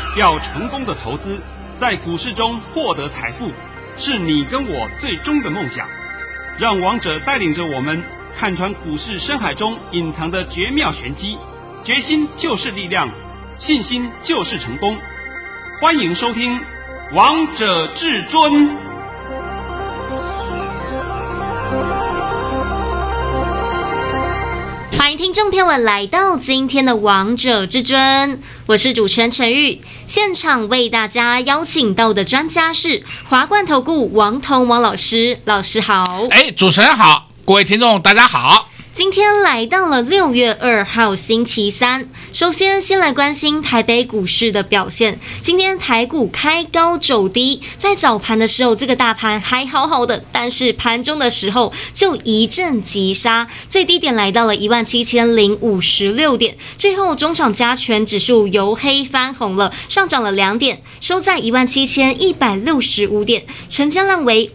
要成功的投资，在股市中获得财富，是你跟我最终的梦想。让王者带领着我们看穿股市深海中隐藏的绝妙玄机，决心就是力量，信心就是成功。欢迎收听《王者至尊》。 欢迎听众朋友们来到今天的王者至尊，我是主持人陈玉。现场为大家邀请到的专家是华冠投顾王彤王老师，老师好。 主持人好，各位听众大家好。 今天来到了6月2号星期三，首先先来关心台北股市的表现。今天台股开高走低，在早盘的时候这个大盘还好好的，但是盘中的时候就一阵急杀，最低点来到了17056点，最后中场加权指数由黑翻红了，上涨了2点，收在17165点，成交量为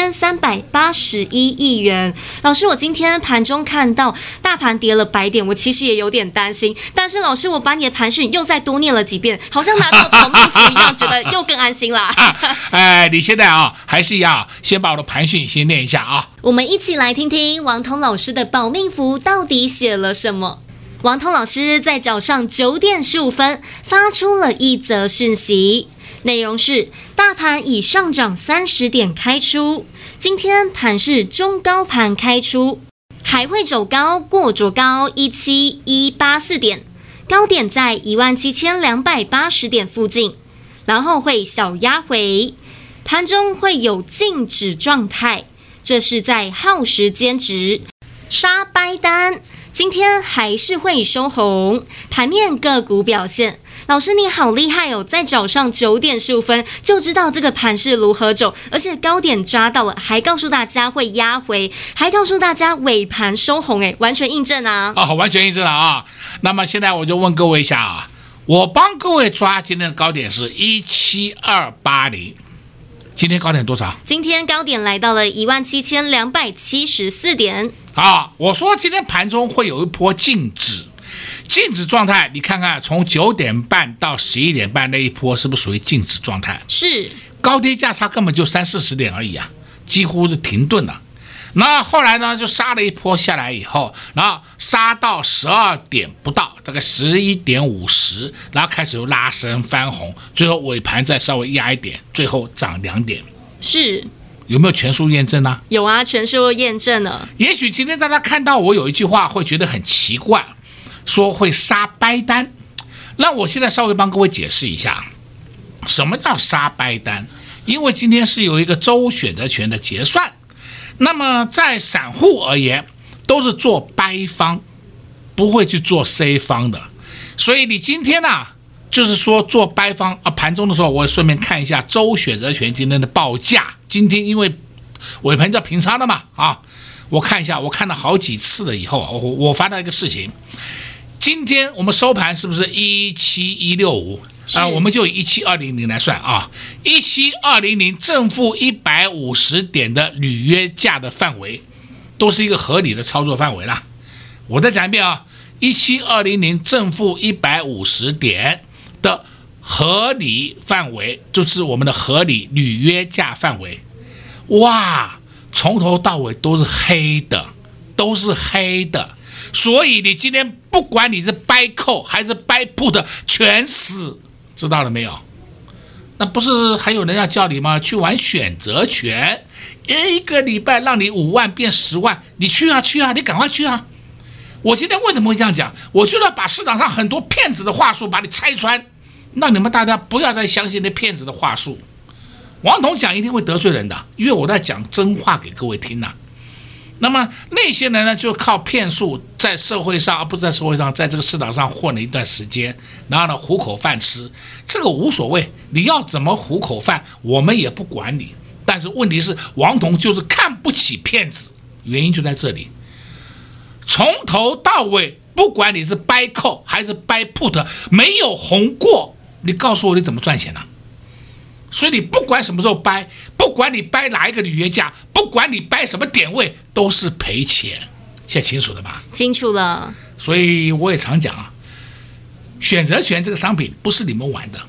5381亿元。老师，我今天盘中看到大盘跌了100点，我其实也有点担心，但是老师，我把你的盘讯又再多念了几遍，好像拿到保命符一样，觉得又更安心啦。 你现在还是一样，先把我的盘讯先念一下啊。 我们一起来听听王彤老师的保命符到底写了什么。王彤老师在早上9点15分发出了一则讯息，内容是：大盘以上涨30点开出，今天盘是中高盘开出，还会走高过卓高17184点，高点在17280点附近，然后会小压回，盘中会有静止状态，这是在耗时间值，杀掰单，今天还是会收红。盘面个股表现，老师你好厉害哦，在早上9点15分就知道这个盘势如何走，而且高点抓到了，还告诉大家会压回，还告诉大家尾盘收红，完全印证啊！ 完全印证了啊！那么现在我就问各位一下啊，我帮各位抓今天的高点是17280，今天高点多少？ 今天高点来到了17274点。 我说今天盘中会有一波静止状态，你看看从9点半到11点半那一波是不是属于静止状态？ 是，高低价差根本就30-40点而已啊，几乎是停顿了。那后来呢，就杀了一波下来以后，然后杀到12点不到，大概11点50，然后开始又拉升翻红，最后尾盘再稍微压一点，最后涨2点。 是，有没有全数验证呢？ 有啊，全数验证了。 也许今天大家看到我有一句话会觉得很奇怪，说会杀掰单，那我现在稍微帮各位解释一下，什么叫杀掰单？因为今天是有一个周选择权的结算，那么在散户而言都是做掰方，不会去做 C 方的，所以你今天就是说做掰方盘中的时候我会顺便看一下周选择权今天的报价，今天因为尾盘叫平仓的嘛我看一下，我看了好几次了以后我发到一个事情，今天我们收盘是不是17165我们就以17200来算17200正负150点的履约价的范围都是一个合理的操作范围啦。我再讲一遍17200正负150点的合理范围就是我们的合理履约价范围。哇，从头到尾都是黑的，所以你今天不管你是掰扣还是掰 put 全死，知道了没有？那不是还有人要叫你吗？去玩选择权，一个礼拜让你5万变10万，你去啊，你赶快去啊！我今天为什么会这样讲？我就要把市场上很多骗子的话术把你拆穿，让你们大家不要再相信那骗子的话术。王彤讲一定会得罪人的，因为我在讲真话给各位听那么那些人呢，就靠骗术在社会上，不是在社会上，在这个市场上混了一段时间，然后呢糊口饭吃，这个无所谓，你要怎么糊口饭我们也不管你，但是问题是王彤就是看不起骗子，原因就在这里，从头到尾不管你是掰扣还是掰 put 没有红过，你告诉我你怎么赚钱所以你不管什么时候掰，不管你掰哪一个履约价，不管你掰什么点位，都是赔钱。现在清楚了吧？ 清楚了。 所以我也常讲选择权这个商品不是你们玩的，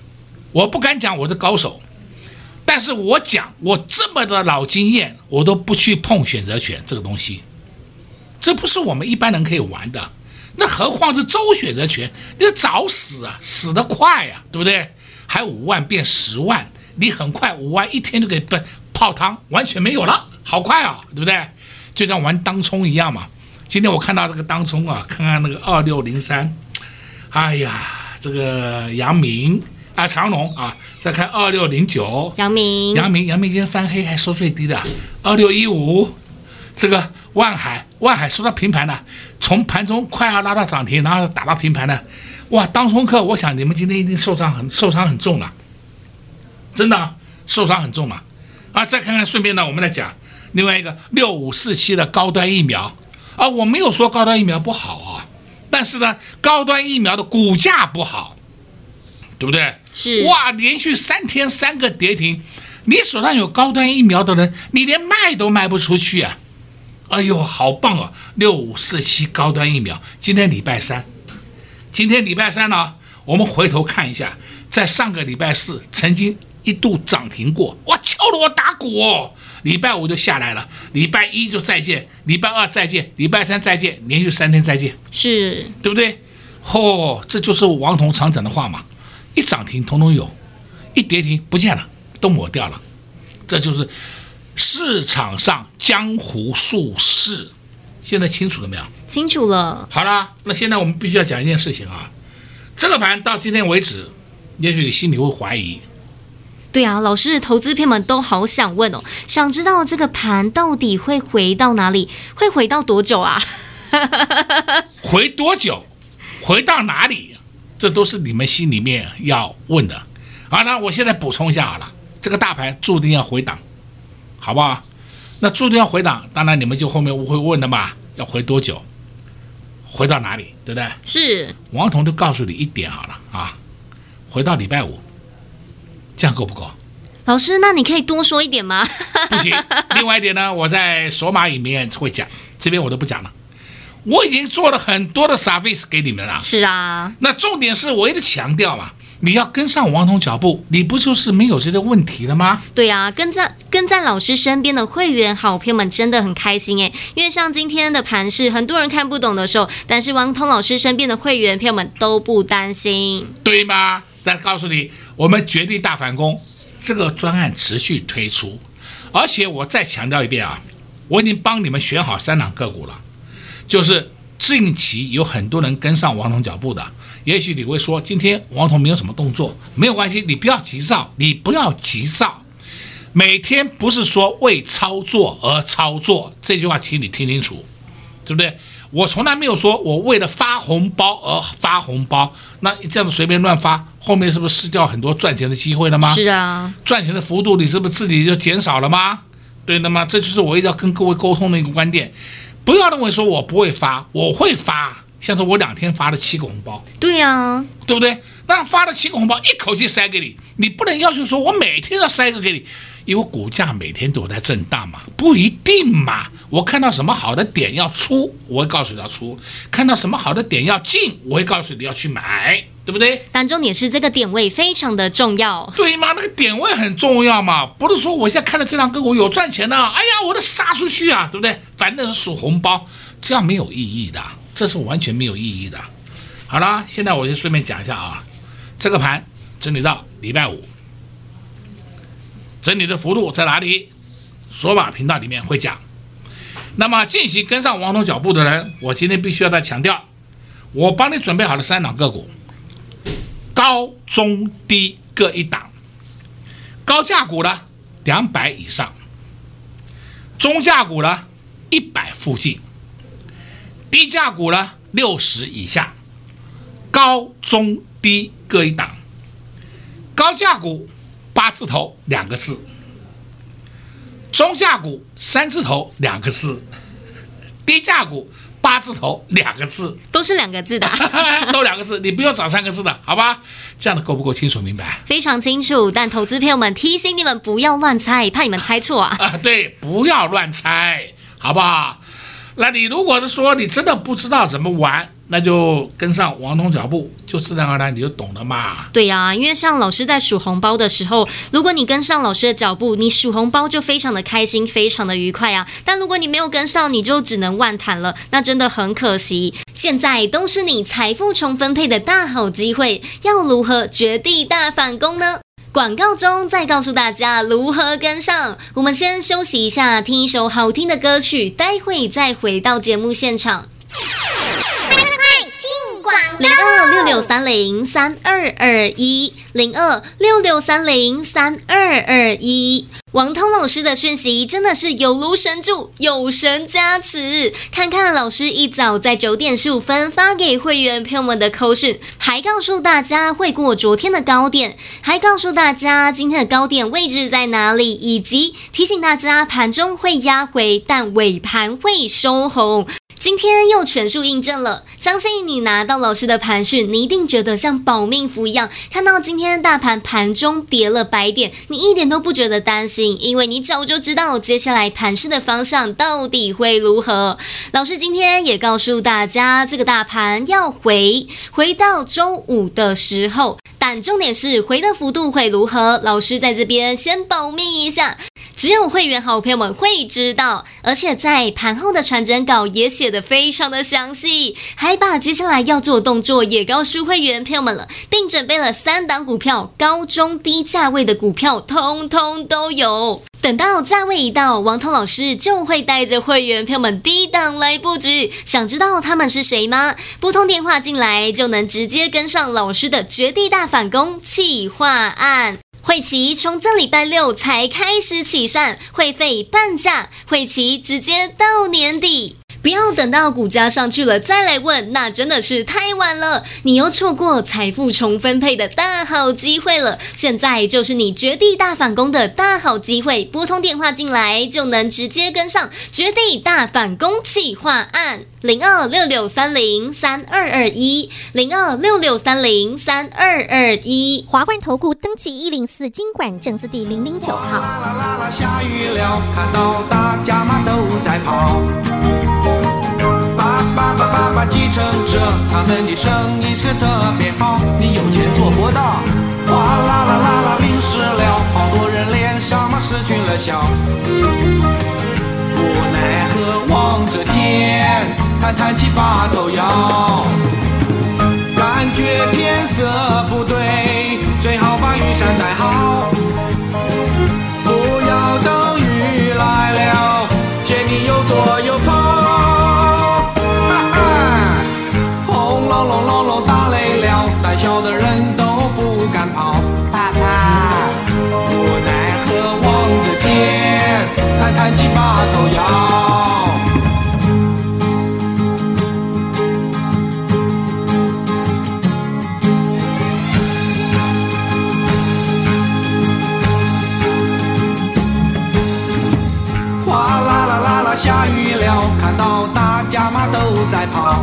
我不敢讲我是高手，但是我讲我这么的老经验，我都不去碰选择权这个东西，这不是我们一般人可以玩的。那何况是周选择权，你早死啊，死得快啊，对不对？还5万变10万，你很快5万一天就给泡汤，完全没有了，好快啊，对不对？就像玩当冲一样嘛。今天我看到这个当冲啊，看看那个2603，哎呀，这个阳明啊，长荣啊，再看2609，阳明今天翻黑还收最低的2615，这个万海收到平盘了，从盘中快要拉到涨停，然后打到平盘了。哇，当冲客，我想你们今天一定受伤很重了，真的受伤很重了啊！再看看，顺便呢，我们来讲另外一个6547的高端疫苗啊，我没有说高端疫苗不好啊，但是呢，高端疫苗的股价不好，对不对？ 是哇，连续3天3个跌停，你手上有高端疫苗的人，你连卖都卖不出去啊！哎呦，好棒啊！6547高端疫苗，今天礼拜三呢，我们回头看一下，在上个礼拜4曾经一度涨停过，哇，敲得我打鼓哦！礼拜5就下来了，礼拜1就再见，礼拜2再见，礼拜3再见，连续3天再见， 是对不对？这就是王彤常讲的话嘛，一涨停统统有，一跌停不见了，都抹掉了，这就是市场上江湖术士。现在清楚了没有？ 清楚了。 好了，那现在我们必须要讲一件事情啊，这个盘到今天为止，也许你心里会怀疑。 对啊，老师，投资片们都好想问哦，想知道这个盘到底会回到哪里，会回到多久啊？ 回多久？回到哪里？这都是你们心里面要问的。好，那我现在补充一下好了，这个大盘注定要回档，好不好？那注定要回档，当然你们就后面会问的嘛，要回多久？回到哪里？对不对？ 是。 王彤就告诉你一点好了啊，回到礼拜5，这样够不够？ 老师，那你可以多说一点吗？ 不行。另外一点呢，我在索马里面会讲，这边我都不讲了。我已经做了很多的 service 给你们了。 是啊。 那重点是我一直强调嘛，你要跟上王彤脚步，你不就是没有这个问题了吗？ 对啊，跟在老师身边的会员好朋友们真的很开心耶，因为像今天的盘势，很多人看不懂的时候，但是王彤老师身边的会员朋友们都不担心， 对吗？但告诉你，我们绝地大反攻这个专案持续推出，而且我再强调一遍啊，我已经帮你们选好3档个股了，就是近期有很多人跟上王彤脚步的。也许你会说，今天王彤没有什么动作，没有关系，你不要急躁，每天不是说为操作而操作，这句话请你听清楚，对不对？我从来没有说我为了发红包而发红包，那这样子随便乱发，后面是不是失掉很多赚钱的机会了吗？ 是啊， 赚钱的幅度你是不是自己就减少了吗？对的吗？这就是我一定要跟各位沟通的一个观点，不要认为说我不会发，我会发。像是我2天发了7个红包， 对啊， 对不对？那发了7个红包，一口气塞给你，你不能要求说我每天要塞一个给你，因为股价每天都有在震荡嘛，不一定嘛。我看到什么好的点要出，我会告诉你要出；看到什么好的点要进，我会告诉你要去买，对不对？ 但重点是这个点位非常的重要， 对吗？那个点位很重要嘛，不是说我现在看到这档个股有赚钱的，哎呀，我得杀出去啊，对不对？反正是数红包，这样没有意义的。这是完全没有意义的。好了，现在我就顺便讲一下啊，这个盘整理到礼拜5，整理的幅度在哪里？索马频道里面会讲。那么近期跟上王彤脚步的人，我今天必须要再强调，我帮你准备好了3档个股，高中低各1档，高价股呢200以上，中价股呢100附近，低价股呢60以下，高中低各1档，高价股8字头2个字，中价股3字头2个字，低价股8字头2个字， 都是2个字的都2个字，你不用找3个字的，好吧？这样的够不够清楚明白？ 非常清楚，但投资朋友们提醒你们不要乱猜，怕你们猜错啊。 对，不要乱猜，好不好？那你如果是说你真的不知道怎么玩， 那就跟上王彤脚步，就自然而然你就懂了嘛。 对呀，因为像老师在数红包的时候，如果你跟上老师的脚步，你数红包就非常的开心，非常的愉快啊。但如果你没有跟上，你就只能万谈了，那真的很可惜。现在都是你财富重分配的大好机会，要如何绝地大反攻呢？广告中再告诉大家如何跟上。我们先休息一下，听一首好听的歌曲，待会再回到节目现场。02-6630-3221，02-6630-3221。王通老师的讯息真的是有如神助，有神加持。看看老师一早在9点15分发给会员朋友们的扣讯，还告诉大家会过昨天的高点，还告诉大家今天的高点位置在哪里，以及提醒大家盘中会压回，但尾盘会收红。今天又全数印证了，相信你拿到老师的盘讯，你一定觉得像保命符一样，看到今天大盘盘中跌了100点，你一点都不觉得担心，因为你早就知道接下来盘势的方向到底会如何。老师今天也告诉大家，这个大盘要回到周五的时候，但重点是回的幅度会如何，老师在这边先保密一下，只有会员好朋友们会知道，而且在盘后的传真稿也写得非常的详细，还把接下来要做的动作也告诉会员朋友们了，并准备了3档股票，高中低价位的股票通通都有。等到价位一到，王彤老师就会带着会员朋友们低档来布局。想知道他们是谁吗？拨通电话进来就能直接跟上老师的绝地大反攻企划案。会期从这礼拜6才开始起算，会费半价，会期直接到年底。不要等到股价上去了再来问，那真的是太晚了，你又错过财富重分配的大好机会了。现在就是你绝地大反攻的大好机会，拨通电话进来就能直接跟上绝地大反攻企划案。02-6630-3221，02-6630-3221。 华冠投顾登记104金管证字第009号。 下雨了，看到大家嘛都在跑。爸，计程车，他们的生意是特别好。你有钱做不到，哗啦啦啦啦，淋湿了，好多人脸上嘛失去了笑。无奈何望着天，叹气把头摇，感觉天色不对，最好把雨伞带好，不要等雨来了，见你又躲又跑。轰隆打雷了，胆小的人都不敢跑。爸爸，无奈何望着天，叹气把头摇。哗啦啦啦啦，下雨了，看到大家嘛都在跑。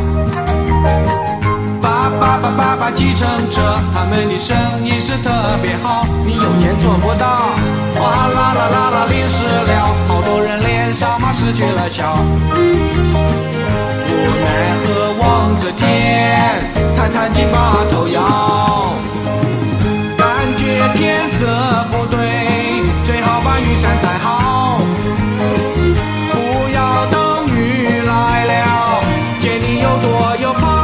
爸，计程车，他们的生意是特别好。你有钱做不到，哗啦啦啦啦，淋湿了，好多人脸上嘛失去了笑。无奈何望着天，叹气把头摇，感觉天色不对，最好把雨伞带好，不要等雨来了，见你又躲又跑。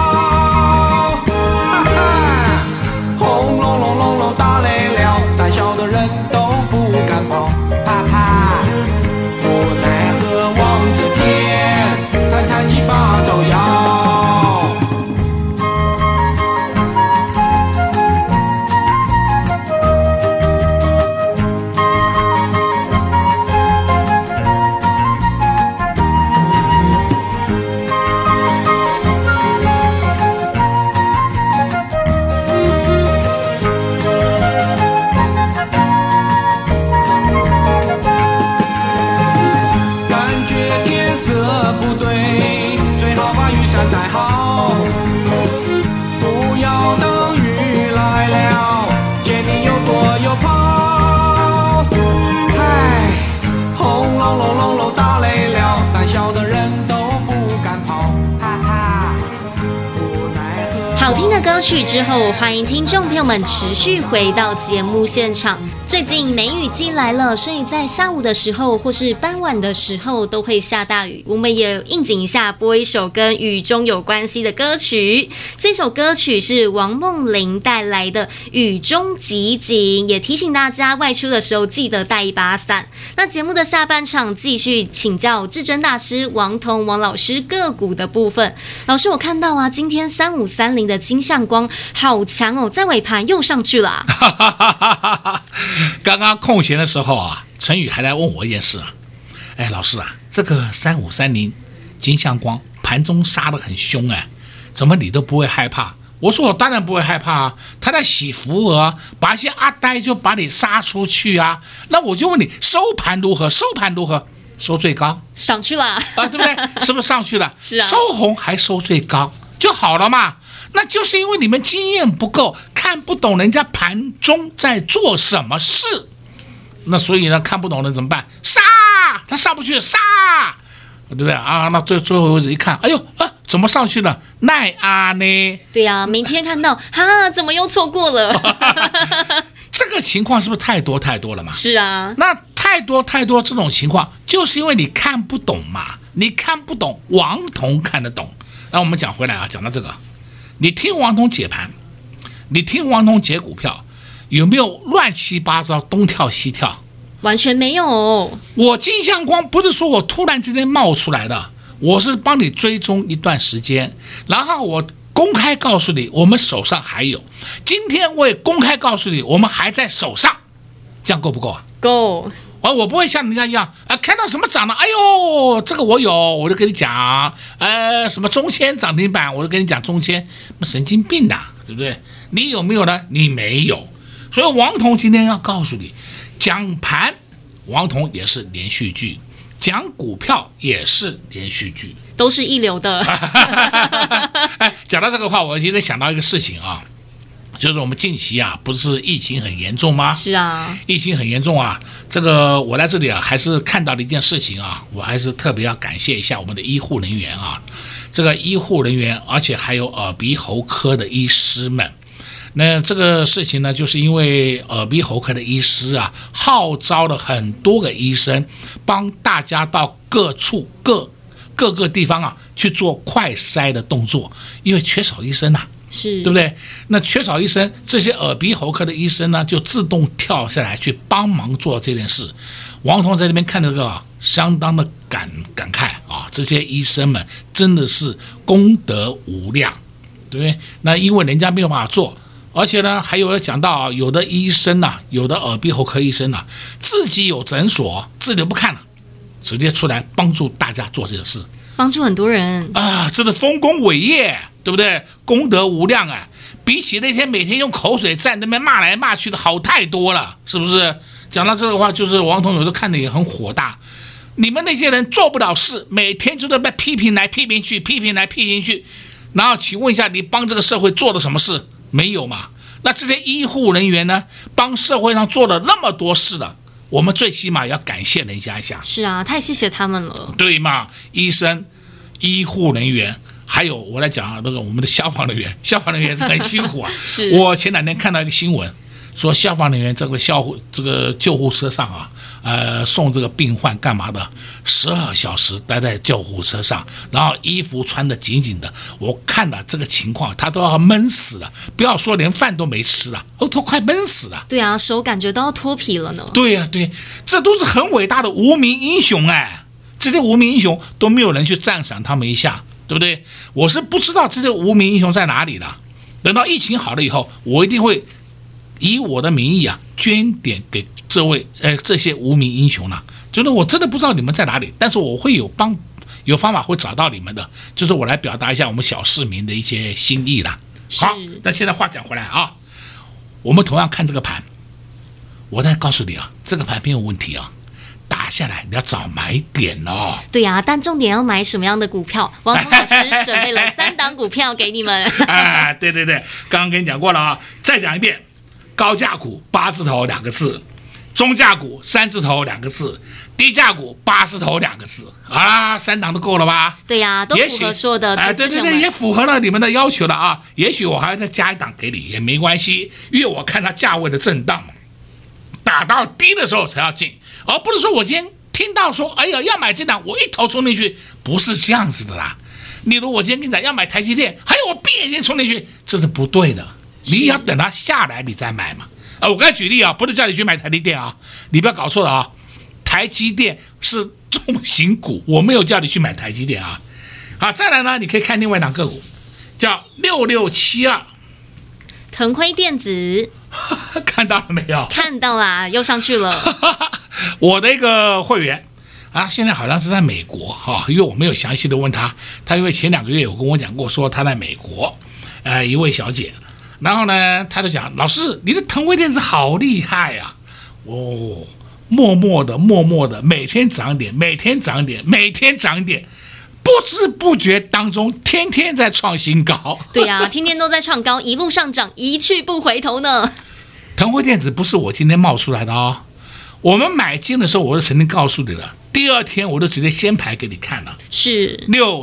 轰隆打雷了，胆小的人都不敢跑。怕，无奈何望着天，叹气把头摇。 听的歌曲之后，欢迎听众朋友们持续回到节目现场。最近梅雨季来了，所以在下午的时候或是傍晚的时候都会下大雨。我们也应景一下，播一首跟雨中有关系的歌曲。这首歌曲是王梦玲带来的《雨中集锦》，也提醒大家外出的时候记得带一把伞。那节目的下半场继续请教至尊大师王彤王老师个股的部分。老师，我看到啊，今天3530的金相光好强哦，在尾盘又上去了啊。 刚刚空闲的时候啊，陈宇还来问我一件事啊，老师啊，这个3530金相光盘中杀得很凶怎么你都不会害怕？我说我当然不会害怕啊，他在洗浮额，把一些阿呆就把你杀出去啊。那我就问你，收盘如何？收盘如何？收最高， 上去了啊， 对不对？是不是上去了？ 是啊， 收红还收最高就好了嘛。那就是因为你们经验不够，看不懂人家盘中在做什么事，那所以呢，看不懂人怎么办？杀，他上不去，杀，对不对啊？那最后一看，哎呦怎么上去了？奈阿呢？ 对呀，明天看到哈，怎么又错过了？ 这个情况是不是太多了嘛？ 是啊， 那太多这种情况，就是因为你看不懂嘛，你看不懂，王彤看得懂。那我们讲回来啊，讲到这个。你听王彤解盘，你听王彤解股票，有没有乱七八糟东跳西跳？ 完全没有。 我金相光不是说我突然之间冒出来的，我是帮你追踪一段时间，然后我公开告诉你我们手上还有，今天我也公开告诉你我们还在手上，这样够不够啊？ 够。 我不会像人家一样看到什么涨了，哎呦，这个我有，我就跟你讲，什么中签涨停板，我就跟你讲中签，神经病的，对不对？你有没有呢？你没有。所以王彤今天要告诉你，讲盘，王彤也是连续剧，讲股票也是连续剧， 都是一流的。 讲到这个话，我今天想到一个事情啊。就是我们近期啊，不是疫情很严重吗？ 是啊， 疫情很严重啊。这个我在这里啊，还是看到了一件事情啊，我还是特别要感谢一下我们的医护人员啊。这个医护人员，而且还有耳鼻喉科的医师们。那这个事情呢，就是因为耳鼻喉科的医师啊，号召了很多个医生，帮大家到各个地方啊去做快筛的动作，因为缺少医生啊。 是， 对不对？那缺少医生，这些耳鼻喉科的医生呢，就自动跳下来去帮忙做这件事。王彤在这边看这个相当的感慨啊，这些医生们真的是功德无量，对不对？那因为人家没有办法做，而且呢，还有讲到啊，有的医生啊，有的耳鼻喉科医生啊，自己有诊所，自己不看了，直接出来帮助大家做这个事。 帮助很多人啊，真的丰功伟业，对不对？功德无量啊！比起那天每天用口水在那边骂来骂去的好太多了，是不是？讲到这个话，就是王彤有时候看的也很火大。你们那些人做不了事，每天就在被批评来批评去，批评来批评去。然后请问一下，你帮这个社会做了什么事？没有嘛？那这些医护人员呢，帮社会上做了那么多事了。我们最起码要感谢人家一下。 是啊，太谢谢他们了。 对嘛？医生、医护人员，还有我来讲那个我们的消防人员，消防人员是很辛苦啊。 是。 我前两天看到一个新闻，说消防人员这个救护车上啊，送这个病患干嘛的？12小时待在救护车上，然后衣服穿得紧紧的。我看了这个情况，他都要闷死了，不要说连饭都没吃了，都快闷死了。 对啊，手感觉都要脱皮了呢。 对呀，对，这都是很伟大的无名英雄哎，这些无名英雄都没有人去赞赏他们一下，对不对？我是不知道这些无名英雄在哪里的。等到疫情好了以后，我一定会以我的名义啊，捐点给这些无名英雄了。就是我真的不知道你们在哪里，但是我会有方法会找到你们的，就是我来表达一下我们小市民的一些心意啦。好，那现在话讲回来啊，我们同样看这个盘，我再告诉你啊，这个盘没有问题啊，打下来你要找买点哦。 对啊，但重点要买什么样的股票？王彤老师准备了3档股票给你们。 对，刚刚跟你讲过了啊，再讲一遍，高价股8字头2个字， 中价股3字头2个字，低价股8字头2个字啊，3档都够了吧？ 对呀，都符合说的。 对，也符合了你们的要求了啊。也许我还要再加一档给你也没关系，因为我看它价位的震荡嘛，打到低的时候才要进，而不是说我今天听到说，哎呀要买这档，我一头冲进去，不是这样子的啦。例如我今天跟你讲要买台积电，还有我闭眼睛冲进去，这是不对的。你要等它下来你再买嘛。我刚才举例啊，不是叫你去买台积电啊，你不要搞错了啊。台积电是重型股，我没有叫你去买台积电啊。好，再来呢，你可以看另外一档个股，叫6672， 腾辉电子， 看到了没有？ 看到啦，又上去了。 我的一个会员啊，现在好像是在美国哈，因为我没有详细的问他，因为前2个月有跟我讲过，说他在美国，一位小姐，然后呢，他就讲，老师，你的腾辉电子好厉害啊，哦，默默的，每天涨一点，每天涨一点，每天涨一点，不知不觉当中，天天在创新高。 对呀，天天都在创高，一路上涨，一去不回头呢。 腾辉电子不是我今天冒出来的哦，我们买进的时候我就曾经告诉你了，第2天我就直接先排给你看了， 是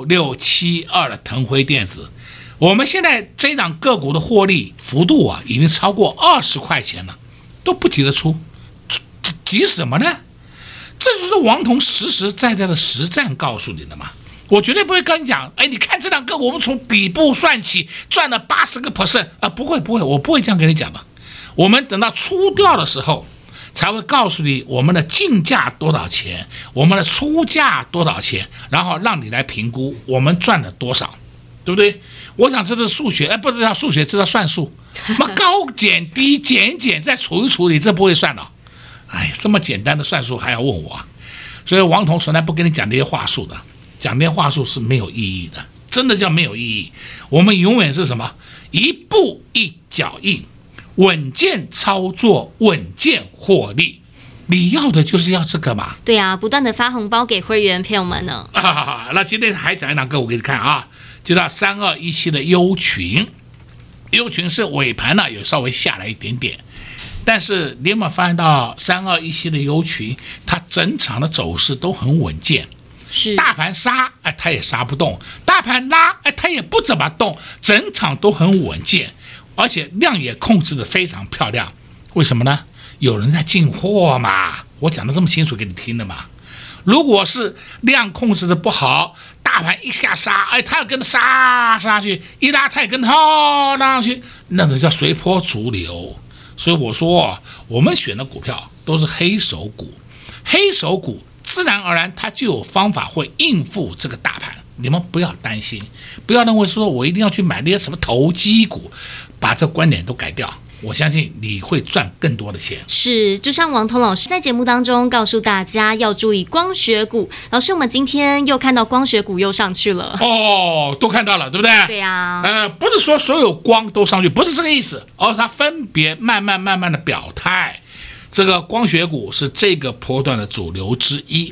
6672的腾辉电子，我们现在这档个股的获利幅度啊，已经超过20块钱了，都不急得出，急什么呢？这就是王彤实实在在的实战告诉你的嘛。我绝对不会跟你讲，你看这档个股我们从底部算起赚了80个%啊，不会，我不会这样跟你讲的。我们等到出掉的时候才会告诉你我们的进价多少钱，我们的出价多少钱，然后让你来评估我们赚了多少，对不对？我想这是数学，不是叫数学，这叫算术。高减低减减再除一除，你这不会算了。这么简单的算术还要问我啊？所以王彤从来不跟你讲这些话术的，讲这些话术是没有意义的，真的叫没有意义。我们永远是什么？一步一脚印，稳健操作，稳健获利。你要的就是要这个嘛？ 对啊，不断的发红包给会员朋友们呢。 那今天还讲一档个股给你看啊，就叫3217的优群。优群是尾盘呢有稍微下来一点点，但是你有没有发现到3217的优群，它整场的走势都很稳健。 是大盘杀，它也杀不动；大盘拉，它也不怎么动，整场都很稳健，而且量也控制得非常漂亮。为什么呢？有人在进货嘛，我讲得这么清楚给你听的嘛。如果是量控制的不好，大盘一下杀，它也跟着杀下去，一拉它也跟着拉上去，那个叫随波逐流。所以我说，我们选的股票都是黑手股，黑手股自然而然它就有方法会应付这个大盘，你们不要担心，不要认为说我一定要去买那些什么投机股，把这观点都改掉。我相信你会赚更多的钱。 是，就像王彤老师在节目当中告诉大家要注意光学股。老师，我们今天又看到光学股又上去了。 都看到了，对不对？ 对呀。 不是说所有光都上去，不是这个意思，而它分别慢慢的表态。这个光学股是这个波段的主流之一，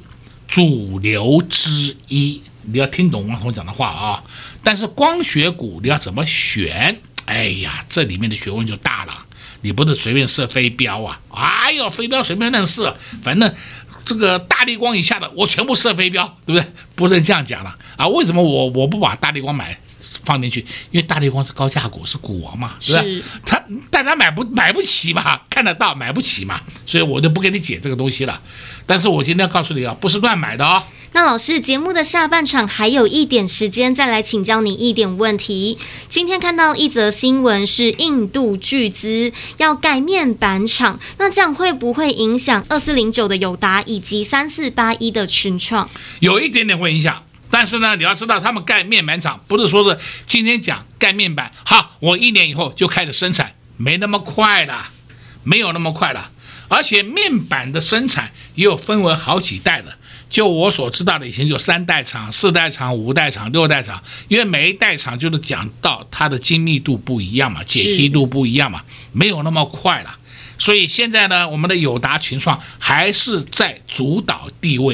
你要听懂王彤讲的话啊。但是光学股你要怎么选？这里面的学问就大了，你不是随便射飞镖啊！飞镖随便乱射，反正这个大力光以下的我全部射飞镖，对不对？不是这样讲了啊！为什么我不把大力光放进去？因为大力光是高价股，是股王嘛，对不对？大家买不起嘛，看得到买不起嘛，所以我就不跟你解这个东西了。但是我今天要告诉你啊，不是乱买的哦。 那老师，节目的下半场还有一点时间，再来请教你一点问题。今天看到一则新闻是印度巨资要盖面板厂，那这样会不会影响2409的友达以及3481的群创？ 有一点点会影响，但是呢，你要知道他们盖面板厂不是说是今天讲盖面板，好，我1年以后就开始生产，没那么快的，没有那么快的。而且面板的生产也有分为好几代的，就我所知道的，以前就3代厂、4代厂、5代厂、6代厂，因为每一代厂就是讲到它的精密度不一样嘛，解析度不一样嘛，没有那么快了。所以现在呢，我们的友达群创还是在主导地位。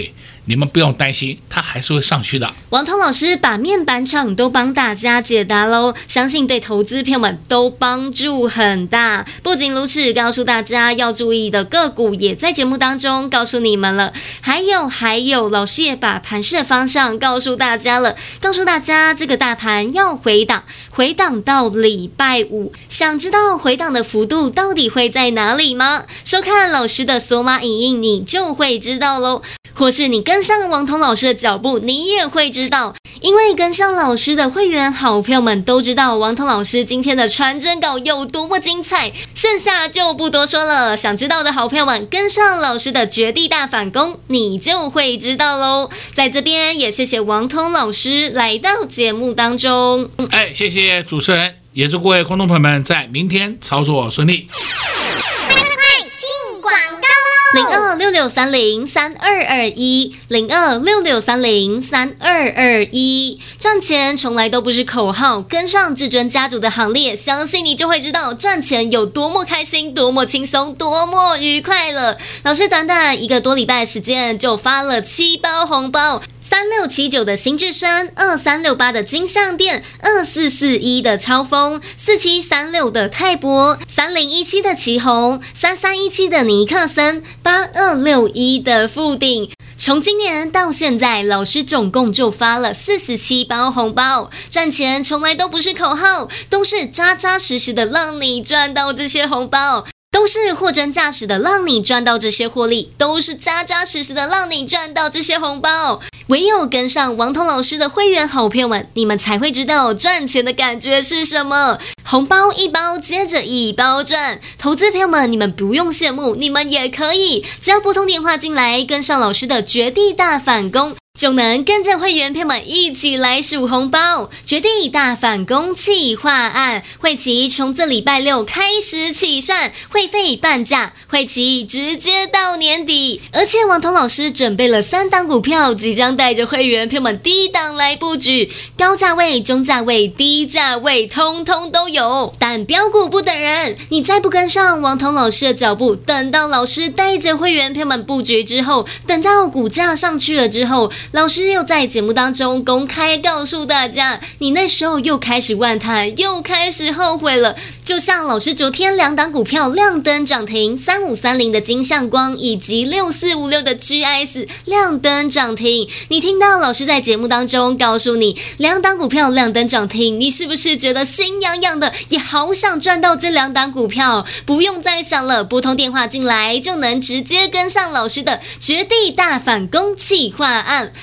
你们不用担心，它还是会上去的。 王彤老师把面板厂都帮大家解答喽，相信对投资朋友们都帮助很大。不仅如此，告诉大家要注意的个股也在节目当中告诉你们了。还有，老师也把盘势的方向告诉大家了，告诉大家这个大盘要回档到礼拜五。想知道回档的幅度到底会在哪里吗？收看老师的索马影音，你就会知道喽。或是你跟上王彤老师的脚步，你也会知道，因为跟上老师的会员好朋友们都知道王彤老师今天的传真稿有多么精彩，剩下就不多说了。想知道的好朋友们，跟上老师的绝地大反攻，你就会知道喽。在这边也谢谢王彤老师来到节目当中。 谢谢主持人，也祝各位观众朋友们在明天操作顺利。 0266303221，0266303221，赚钱从来都不是口号，跟上至尊家族的行列，相信你就会知道赚钱有多么开心，多么轻松，多么愉快了。老师短短1个多礼拜的时间就发了7包红包。3679的新智深，2368的金像店，2441的超丰，4736的泰博，3017的奇宏，3317的尼克森，8261的富鼎。从今年到现在，老师总共就发了47包红包。赚钱从来都不是口号，都是扎扎实实的让你赚到这些红包。都是货真价实的让你赚到这些获利，都是扎扎实实的让你赚到这些红包。唯有跟上王彤老师的会员好朋友们，你们才会知道赚钱的感觉是什么。红包一包接着一包赚，投资朋友们，你们不用羡慕，你们也可以，只要拨通电话进来，跟上老师的绝地大反攻，就能跟着会员朋友们一起来数红包。绝地大反攻企划案会期从这礼拜6开始起算，会费半价，会期直接到年底。而且王彤老师准备了3档股票，即将带着会员朋友们低档来布局，高价位、中价位、低价位通通都有。但标股不等人，你再不跟上王彤老师的脚步，等到老师带着会员朋友们布局之后，等到股价上去了之后，老师又在节目当中公开告诉大家，你那时候又开始万叹，又开始后悔了。就像老师昨天2档股票亮灯涨停，3530的金像光以及6456的 GS 亮灯涨停。你听到老师在节目当中告诉你2档股票亮灯涨停，你是不是觉得心痒痒的，也好想赚到这2档股票？不用再想了，拨通电话进来就能直接跟上老师的绝地大反攻企划案。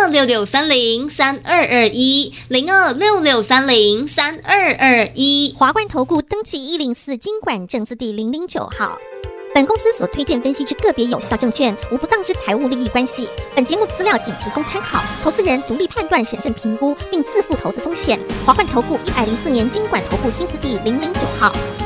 0266303221，0266303221。华冠投顾登记104金管证字第009号。本公司所推荐分析之个别有效证券，无不当之财务利益关系。本节目资料仅提供参考，投资人独立判断、审慎评估，并自负投资风险。华冠投顾104年金管投顾新字第009号。